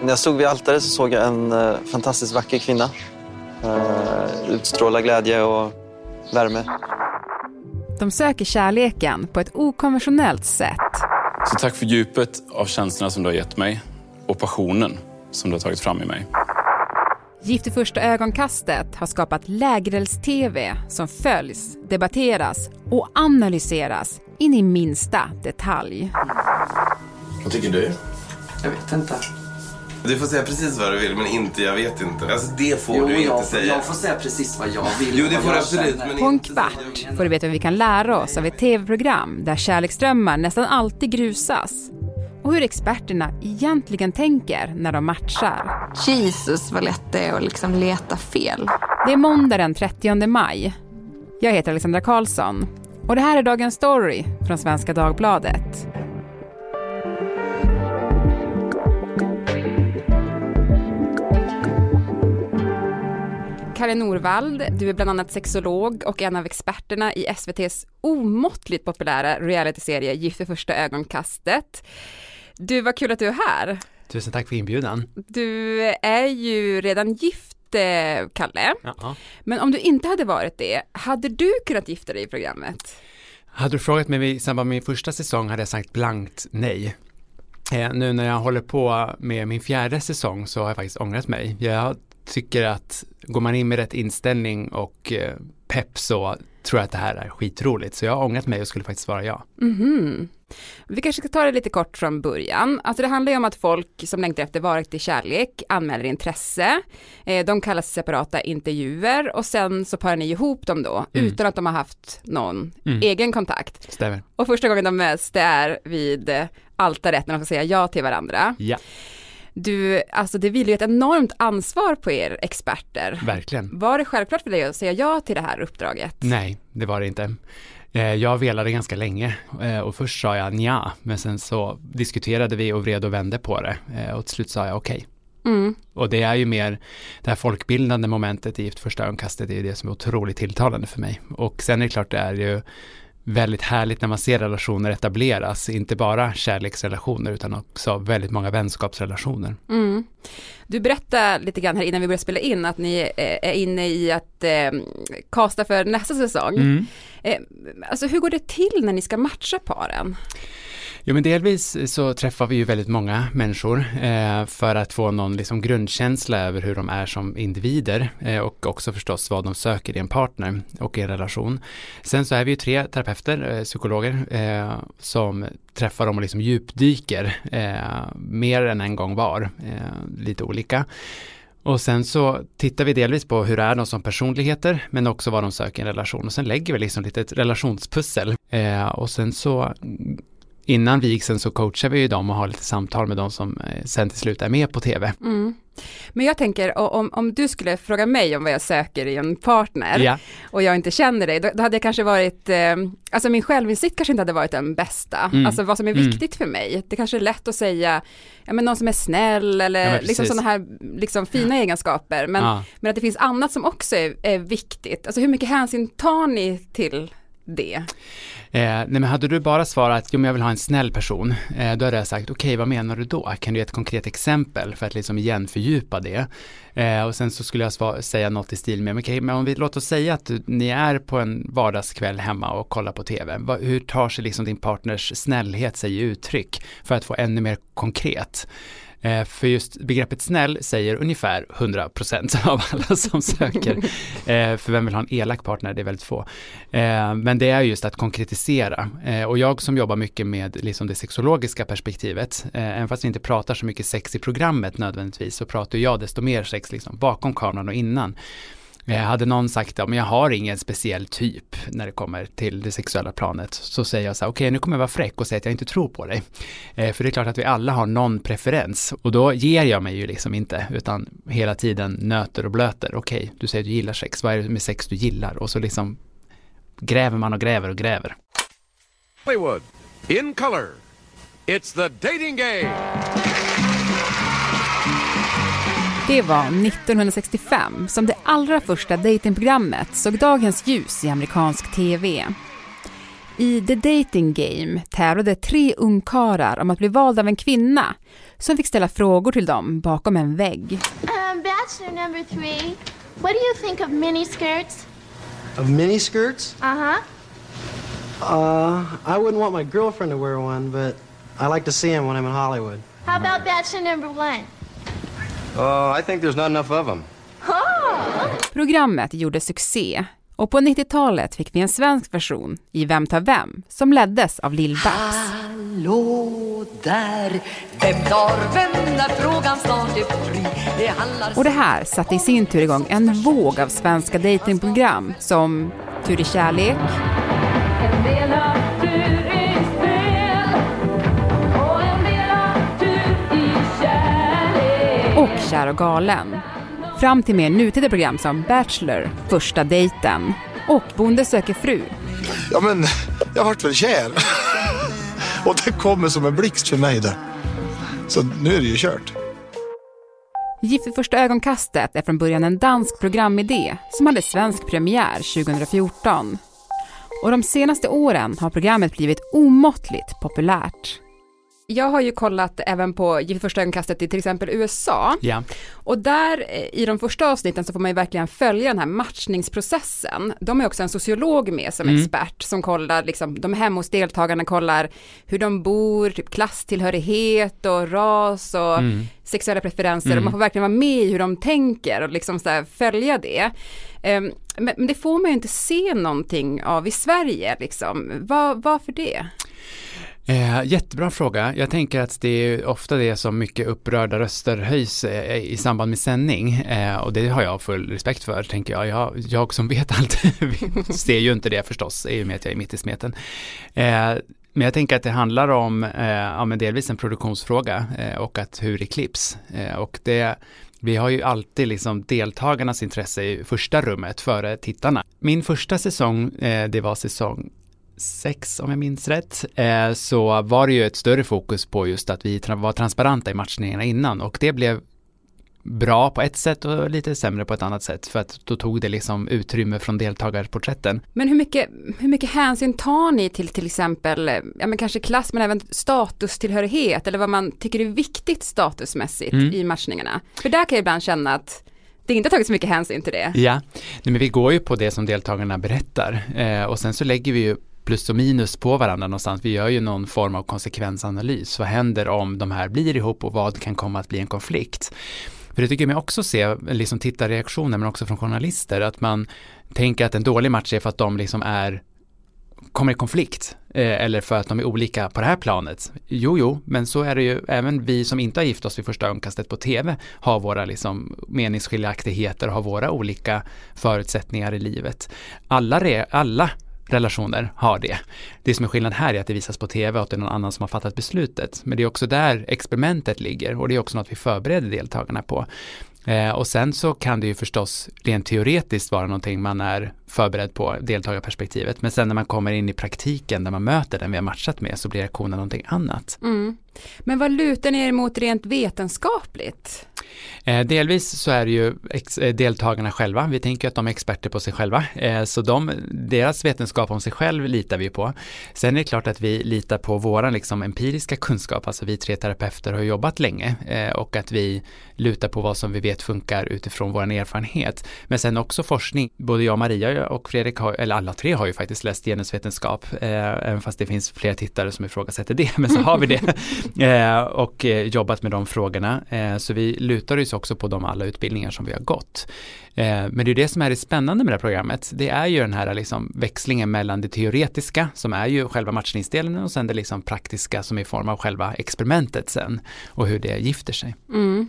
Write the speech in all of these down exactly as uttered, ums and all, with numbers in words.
När jag stod vid altaret så såg jag en uh, fantastiskt vacker kvinna. Uh, utstråla glädje och värme. De söker kärleken på ett okonventionellt sätt. Så tack för djupet av känslorna som du har gett mig och passionen som du har tagit fram i mig. Gift i första ögonkastet har skapat lägerelds-tv som följs, debatteras och analyseras in i minsta detalj. Vad tycker du? Jag vet inte. Du får säga precis vad du vill, men inte jag vet inte. Alltså det får jo, du inte jag, säga. Jag får säga precis vad jag vill. Jo, det får du absolut. Men på en kvart får du veta hur vi kan lära oss av ett tv-program där kärleksdrömmar nästan alltid grusas. Och hur experterna egentligen tänker när de matchar. Jesus, vad lätt det är att liksom leta fel. Det är måndag den trettionde maj. Jag heter Alexandra Karlsson. Och det här är dagens story från Svenska Dagbladet. Karin Norvald, du är bland annat sexolog och en av experterna i S V T:s omåttligt populära realityserie Gift i första ögonkastet. Du, vad kul att du är här. Tusen tack för inbjudan. Du är ju redan gift, Kalle. Ja. Men om du inte hade varit det, hade du kunnat gifta dig i programmet? Hade du frågat mig i samband med min första säsong hade jag sagt blankt nej. Eh, nu när jag håller på med min fjärde säsong så har jag faktiskt ångrat mig. Jag tycker att går man in med rätt inställning och eh, pepp så tror jag att det här är skitroligt. Så jag har ångrat mig och skulle faktiskt svara ja. Mhm. Vi kanske ska ta det lite kort från början. Alltså det handlar ju om att folk som längtar efter varaktig kärlek anmäler intresse. Eh, de kallas separata intervjuer och sen så parar ni ihop dem då mm. utan att de har haft någon mm. egen kontakt. Stämmer. Och första gången de möts det är vid eh, altaret när de får säga ja till varandra. Ja. Du, alltså det vilar ju ett enormt ansvar på er experter. Verkligen. Var det självklart för dig att säga ja till det här uppdraget? Nej, det var det inte. Jag velade ganska länge och först sa jag nja, men sen så diskuterade vi och vred och vände på det och till slut sa jag okej. Okay. Mm. Och det är ju mer det här folkbildande momentet i Gift första ögonkastet, det är det som är otroligt tilltalande för mig. Och sen är det klart det är ju väldigt härligt när man ser relationer etableras, inte bara kärleksrelationer utan också väldigt många vänskapsrelationer. Mm. Du berättade lite grann här innan vi började spela in att ni är inne i att eh, kasta för nästa säsong. Mm. Eh, alltså hur går det till när ni ska matcha paren? Jo, men delvis så träffar vi ju väldigt många människor eh, för att få någon liksom grundkänsla över hur de är som individer eh, och också förstås vad de söker i en partner och i en relation. Sen så är vi ju tre terapeuter, eh, psykologer eh, som träffar dem och liksom djupdyker eh, mer än en gång var, eh, lite olika. Och sen så tittar vi delvis på hur är de som personligheter men också vad de söker i en relation. Och sen lägger vi liksom lite ett relationspussel eh, och sen så innan vigseln så coachar vi ju dem och har lite samtal med dem som sen till slut är med på tv. Mm. Men jag tänker, om, om du skulle fråga mig om vad jag söker i en partner ja. och jag inte känner dig, då, då hade jag kanske varit, eh, alltså min självinsikt kanske inte hade varit den bästa. Mm. Alltså vad som är viktigt mm. för mig. Det kanske är lätt att säga, ja men någon som är snäll eller ja, liksom sådana här liksom fina ja. egenskaper. Men, ja. men att det finns annat som också är, är viktigt. Alltså hur mycket hänsyn tar ni till det? Eh, nej men hade du bara svarat jo men jag vill ha en snäll person eh, då hade jag sagt okej okay, vad menar du då? Kan du ge ett konkret exempel för att liksom igen fördjupa det eh, och sen så skulle jag svar- säga något i stil med okej okay, men om vi låter oss säga att du, ni är på en vardagskväll hemma och kollar på tv. Va, hur tar sig liksom din partners snällhet sig i uttryck för att få ännu mer konkret? Eh, för just begreppet snäll säger ungefär hundra procent av alla som söker. Eh, för vem vill ha en elak partner? Det är väldigt få. Eh, men det är just att konkretisera. Eh, och jag som jobbar mycket med liksom det sexologiska perspektivet, eh, även fast vi inte pratar så mycket sex i programmet nödvändigtvis, så pratar jag desto mer sex liksom bakom kameran och innan. Jag hade någon sagt att jag har ingen speciell typ när det kommer till det sexuella planet, så säger jag så här, okej okay, nu kommer jag vara fräck och säga att jag inte tror på dig. Eh, för det är klart att vi alla har någon preferens och då ger jag mig ju liksom inte utan hela tiden nöter och blöter. Okej, okay, du säger att du gillar sex, vad är det med sex du gillar? Och så liksom gräver man och gräver och gräver. Hollywood, in color, it's the dating game. Det var nittonhundrasextiofem som det allra första datingprogrammet såg dagens ljus i amerikansk tv. I The Dating Game tävlade tre ungkarlar om att bli valda av en kvinna som fick ställa frågor till dem bakom en vägg. Um, bachelor number three, what do you think of miniskirts? Of miniskirts? Uh-huh. Uh, I wouldn't want my girlfriend to wear one, but I like to see them when I'm in Hollywood. How about bachelor number one? Uh, I think there's not enough of them. Oh! Programmet gjorde succé. Och på nittiotalet fick vi en svensk version i Vem tar vem som leddes av Lil Bax. Hallå där, vem tar vem när frågan snart är fri? Det handlar... Och det här satte i sin tur igång en våg av svenska datingprogram som Tur i kärlek, En del av tur i spel och en del av tur i kärlek. och Kär och galen. Fram till mer nutida program som Bachelor, Första dejten och Bonde söker fru. Ja, men jag vart väl kär. Och det kommer som en blixt för mig där. Så nu är det ju kört. Gift vid första ögonkastet är från början en dansk programidé som hade svensk premiär tjugohundrafjorton. Och de senaste åren har programmet blivit omåttligt populärt. Jag har ju kollat även på Gift vid första ögonkastet i till exempel U S A. Ja. Och där i de första avsnitten så får man ju verkligen följa den här matchningsprocessen. De är också en sociolog med som Mm. expert som kollar, liksom, de hemma hos deltagarna kollar hur de bor, typ klasstillhörighet och ras och Mm. sexuella preferenser. Mm. Och man får verkligen vara med i hur de tänker och liksom så här följa det. Um, men, men det får man ju inte se någonting av i Sverige. Liksom. Var, varför det? Eh, jättebra fråga. Jag tänker att det är ofta det som mycket upprörda röster höjs eh, i samband med sändning eh, och det har jag full respekt för, tänker jag. Jag, jag som vet allt ser ju inte det förstås, i och med att jag är mitt i smeten. Eh, men jag tänker att det handlar om eh, ja, men delvis en produktionsfråga eh, och att hur det klipps. Eh, och det, vi har ju alltid liksom deltagarnas intresse i första rummet före tittarna. Min första säsong, eh, det var säsong sex om jag minns rätt, eh, så var det ju ett större fokus på just att vi tra- var transparenta i matchningarna innan, och det blev bra på ett sätt och lite sämre på ett annat sätt, för att då tog det liksom utrymme från deltagarporträtten. Men hur mycket, hur mycket hänsyn tar ni till till exempel, ja men kanske klass men även statustillhörighet eller vad man tycker är viktigt statusmässigt mm. i matchningarna? För där kan jag ibland känna att det inte har tagit så mycket hänsyn till det. Ja, nej, men vi går ju på det som deltagarna berättar eh, och sen så lägger vi ju plus och minus på varandra någonstans. Vi gör ju någon form av konsekvensanalys. Vad händer om de här blir ihop och vad kan komma att bli en konflikt? För det tycker jag mig också se, liksom tittarreaktioner men också från journalister, att man tänker att en dålig match är för att de liksom är kommer i konflikt eh, eller för att de är olika på det här planet. Jo, jo, men så är det ju. Även vi som inte har gift oss vid första ögonkastet på tv har våra liksom meningsskiljaktigheter och har våra olika förutsättningar i livet. Alla, re, alla relationer har det. Det som är skillnad här är att det visas på tv och att det är någon annan som har fattat beslutet. Men det är också där experimentet ligger, och det är också något vi förbereder deltagarna på. Eh, och sen så kan det ju förstås rent teoretiskt vara någonting man är förberedd på, deltagarperspektivet. Men sen när man kommer in i praktiken där man möter den vi har matchat med, så blir reaktionen någonting annat. Mm. Men vad lutar ni er mot rent vetenskapligt? Eh, delvis så är det ju ex- deltagarna själva. Vi tänker att de är experter på sig själva. Eh, så de, deras vetenskap om sig själv litar vi på. Sen är det klart att vi litar på våra liksom, empiriska kunskap. Alltså vi tre terapeuter har jobbat länge. Eh, och att vi lutar på vad som vi vet funkar utifrån vår erfarenhet. Men sen också forskning. Både jag, Maria och Fredrik, har, eller alla tre har ju faktiskt läst genusvetenskap. Eh, även fast det finns fler tittare som ifrågasätter det. Men så har vi det. Eh, och eh, jobbat med de frågorna. Eh, så vi lutar oss också på de alla utbildningar som vi har gått. Eh, men det är det som är det spännande med det här programmet. Det är ju den här liksom växlingen mellan det teoretiska, som är ju själva matchningsdelen, och sen det liksom praktiska som är i form av själva experimentet sen, och hur det gifter sig. Mm.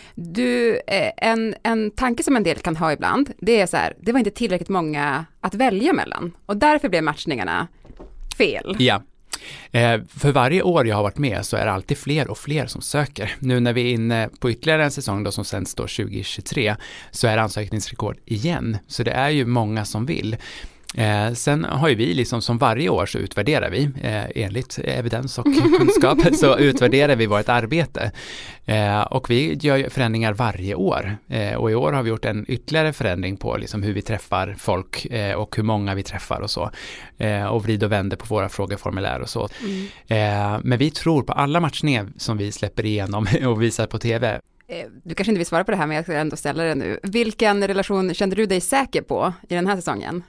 Du, en, en tanke som en del kan ha ibland, det är så här, det var inte tillräckligt många att välja mellan, och därför blev matchningarna fel. Ja. Eh, för varje år jag har varit med så är det alltid fler och fler som söker. Nu när vi är inne på ytterligare en säsong då, som sänds då tjugo tjugotre, så är det ansökningsrekord igen. Så det är ju många som vill. Eh, sen har ju vi liksom som varje år så utvärderar vi eh, enligt evidens och kunskap så utvärderar vi vårt arbete eh, och vi gör förändringar varje år eh, och i år har vi gjort en ytterligare förändring på liksom hur vi träffar folk eh, och hur många vi träffar och så eh, och vrider och vänder på våra frågeformulär och så. Mm. Eh, men vi tror på alla matchningar som vi släpper igenom och visar på tv. Du kanske inte vill svara på det här men jag ska ändå ställa det nu. Vilken relation kände du dig säker på i den här säsongen?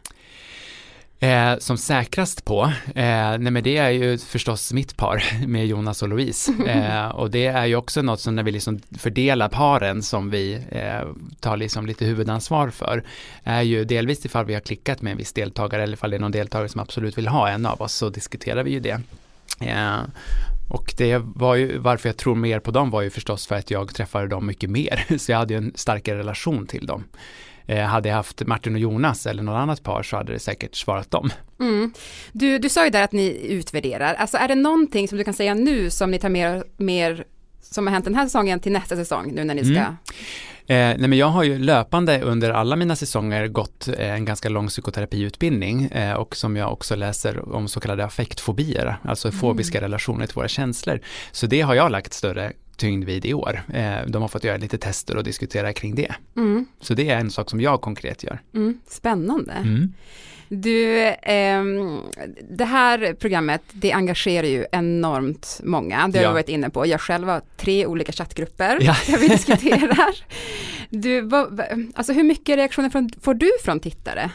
Eh, som säkrast på, eh, nej men det är ju förstås mitt par med Jonas och Louise eh, och det är ju också något som när vi liksom fördelar paren som vi eh, tar liksom lite huvudansvar för är ju delvis ifall vi har klickat med en viss deltagare eller ifall det är någon deltagare som absolut vill ha en av oss så diskuterar vi ju det. Eh, och det var ju, varför jag tror mer på dem var ju förstås för att jag träffade dem mycket mer så jag hade ju en starkare relation till dem. Eh, hade jag haft Martin och Jonas eller något annat par så hade det säkert svarat dem. Mm. Du, du sa ju där att ni utvärderar. Alltså är det någonting som du kan säga nu som ni tar mer, mer som har hänt den här säsongen till nästa säsong nu när ni ska... Mm. Eh, nej men jag har ju löpande under alla mina säsonger gått eh, en ganska lång psykoterapiutbildning eh, och som jag också läser om så kallade affektfobier, alltså mm. fobiska relationer till våra känslor. Så det har jag lagt större tyngd vid i år. Eh, de har fått göra lite tester och diskutera kring det. Mm. Så det är en sak som jag konkret gör. Mm. Spännande. Mm. Du, eh, det här programmet, det engagerar ju enormt många. Det har ja. jag varit inne på. Jag själv har tre olika chattgrupper ja. där vi diskuterar. Du, vad, alltså hur mycket reaktioner från, får du från tittare?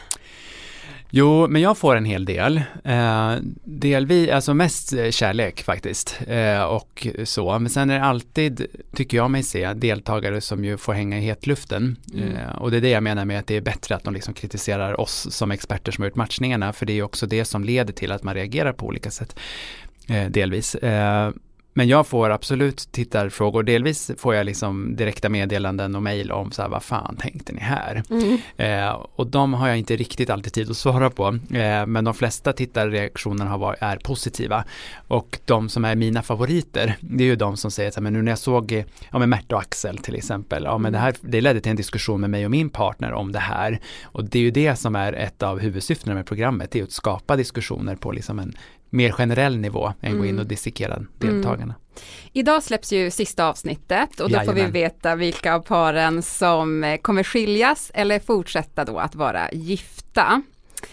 Jo, men jag får en hel del. Eh, delvis, alltså mest kärlek faktiskt. Eh, och så. Men sen är det alltid, tycker jag mig se, deltagare som ju får hänga i hetluften. Mm. Eh, och det är det jag menar med att det är bättre att de liksom kritiserar oss som experter som har gjort matchningarna. För det är också det som leder till att man reagerar på olika sätt. Eh, delvis. Eh, Men jag får absolut tittarfrågor. Delvis får jag liksom direkta meddelanden och mejl om så här, vad fan tänkte ni här? Mm. Eh, och de har jag inte riktigt alltid tid att svara på. Eh, men de flesta tittarreaktionerna har varit, är positiva. Och de som är mina favoriter, det är ju de som säger så här, men nu när jag såg ja, med Märta och Axel till exempel. Ja, men det, här, det ledde till en diskussion med mig och min partner om det här. Och det är ju det som är ett av huvudsyftena med programmet. Det är att skapa diskussioner på liksom en mer generell nivå än mm. gå in och dissekera deltagarna. Mm. Idag släpps ju sista avsnittet och då Jajamän. får vi veta vilka av paren som kommer skiljas eller fortsätta då att vara gifta.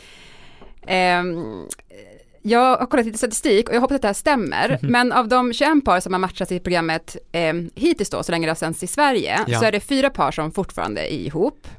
Um, jag har kollat lite statistik och jag hoppas att det här stämmer. Mm-hmm. Men av de tjugoett par som har matchats i programmet eh, hittills då, så länge det har sänds i Sverige, ja. så är det fyra par som fortfarande är ihop.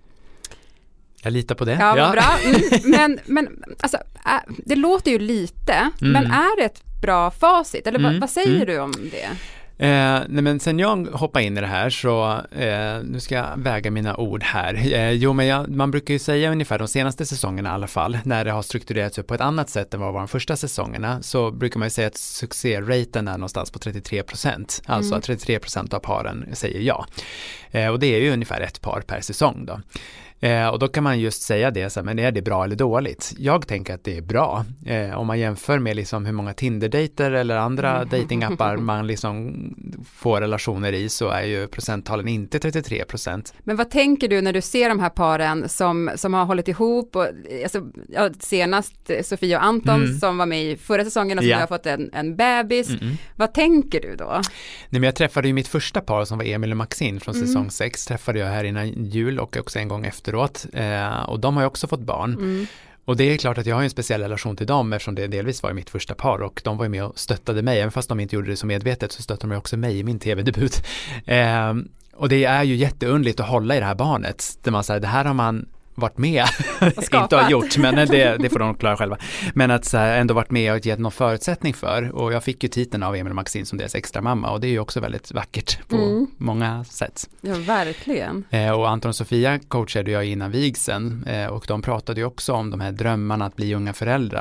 Jag litar på det. Ja, ja. bra. Mm. Men, men alltså, äh, det låter ju lite, mm. men är det ett bra facit? Eller mm. vad, vad säger mm. du om det? Eh, nej men sen jag hoppar in i det här så, eh, nu ska jag väga mina ord här. Eh, jo men jag, man brukar ju säga ungefär de senaste säsongerna i alla fall, när det har strukturerats upp på ett annat sätt än vad var de första säsongerna, så brukar man ju säga att succératen är någonstans på trettiotre procent. Mm. Alltså att trettiotre procent av paren säger ja. Eh, och det är ju ungefär ett par per säsong då. Eh, och då kan man just säga det, så här, men är det bra eller dåligt? Jag tänker att det är bra. Eh, om man jämför med liksom hur många Tinder-dejter eller andra mm. datingappar man liksom får relationer i, så är ju procenttalen inte trettiotre procent. Men vad tänker du när du ser de här paren som, som har hållit ihop? Och, alltså, ja, senast Sofia och Anton mm. som var med i förra säsongen och som ja. har fått en, en bebis. Mm-mm. Vad tänker du då? Nej, men jag träffade ju mitt första par som var Emil och Maxine från mm. säsong sex. Träffade jag här innan jul och också en gång efter efteråt. Eh, och de har ju också fått barn. Mm. Och det är klart att jag har en speciell relation till dem eftersom det delvis var mitt första par och de var ju med och stöttade mig. Även fast de inte gjorde det så medvetet så stöttade de också mig i min tv-debut. Eh, och det är ju jätteundligt att hålla i det här barnet. Där man säger, det här har man varit med inte har gjort, men det, det får de klara själva. Men att så här, ändå varit med och gett någon förutsättning för. Och jag fick ju titeln av Emil och Maxine som deras extra mamma och det är ju också väldigt vackert på mm. många sätt. Ja, verkligen. Eh, och Anton och Sofia coachade jag innan vigseln eh, och de pratade ju också om de här drömmarna att bli unga föräldrar.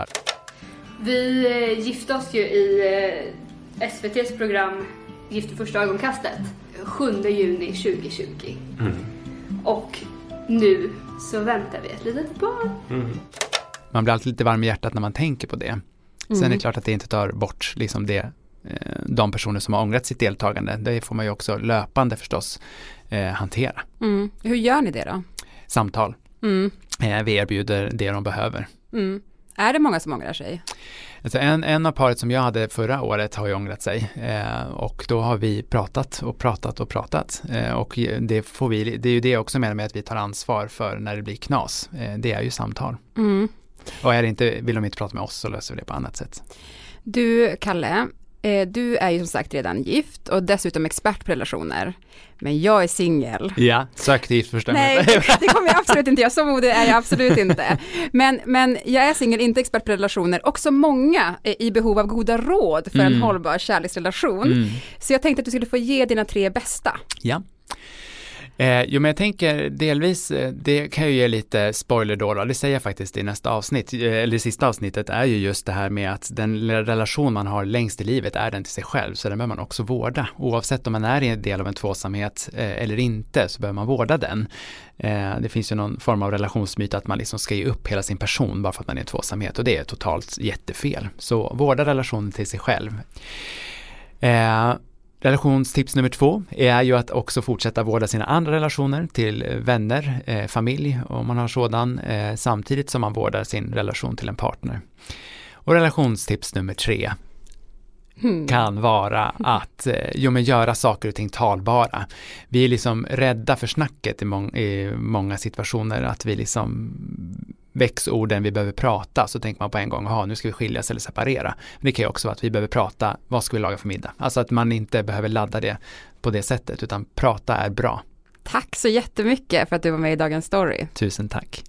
Vi eh, gifte oss ju i eh, S V T:s program Gift vid första ögonkastet sjunde juni tjugohundratjugo. Mm. Och nu så väntar vi ett litet barn. Mm. Man blir alltid lite varm i hjärtat när man tänker på det. Mm. Sen är det klart att det inte tar bort liksom det, de personer som har ångrat sitt deltagande. Det får man ju också löpande förstås eh, hantera. Mm. Hur gör ni det då? Samtal. Mm. Eh, vi erbjuder det de behöver. Mm. Är det många som ångrar sig? Alltså en, en av paret som jag hade förra året har ju ångrat sig eh, och då har vi pratat och pratat och pratat eh, och det, får vi, det är ju det också med, med att vi tar ansvar för när det blir knas. Eh, det är ju samtal. Mm. Och är det inte, vill de inte prata med oss så löser vi det på annat sätt. Du, Kalle, eh, du är ju som sagt redan gift och dessutom expert på relationer. Men jag är singel. Ja, sök till gift första. Nej, det kommer jag absolut inte. Jag så modig är jag absolut inte. Men, men jag är singel, inte expert på relationer. Också många är i behov av goda råd för mm. en hållbar kärleksrelation. Mm. Så jag tänkte att du skulle få ge dina tre bästa. Ja. Eh, jo, men jag tänker delvis, det kan ju ge lite spoiler då, då. Det säger jag faktiskt i nästa avsnitt, eller det sista avsnittet är ju just det här med att den relation man har längst i livet är den till sig själv, så den behöver man också vårda. Oavsett om man är en del av en tvåsamhet eh, eller inte så behöver man vårda den. Eh, det finns ju någon form av relationsmyt att man liksom ska ge upp hela sin person bara för att man är en tvåsamhet och det är totalt jättefel. Så vårda relationen till sig själv. Eh, Relationstips nummer två är ju att också fortsätta vårda sina andra relationer till vänner, eh, familj om man har sådan, eh, samtidigt som man vårdar sin relation till en partner. Och relationstips nummer tre mm. kan vara att eh, jo, men göra saker och ting talbara. Vi är liksom rädda för snacket i, må- i många situationer, att vi liksom växorden vi behöver prata, så tänker man på en gång, aha, nu ska vi skiljas eller separera. Men det kan ju också vara att vi behöver prata, vad ska vi laga för middag? Alltså att man inte behöver ladda det på det sättet, utan prata är bra. Tack så jättemycket för att du var med i Dagens Story. Tusen tack.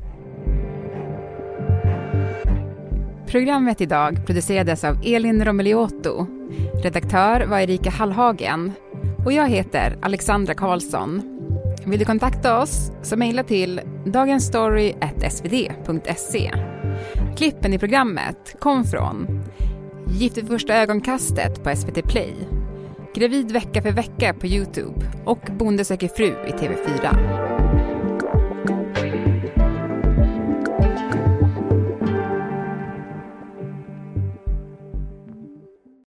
Programmet idag producerades av Elin Romeliotto. Redaktör var Erika Hallhagen. Och jag heter Alexandra Karlsson. Vill du kontakta oss så mejla till dagensstory at s v d punkt se. Klippen i programmet kom från Gift vid första ögonkastet på S V T Play, Gravid vecka för vecka på YouTube och Bonde söker fru i T V fyra.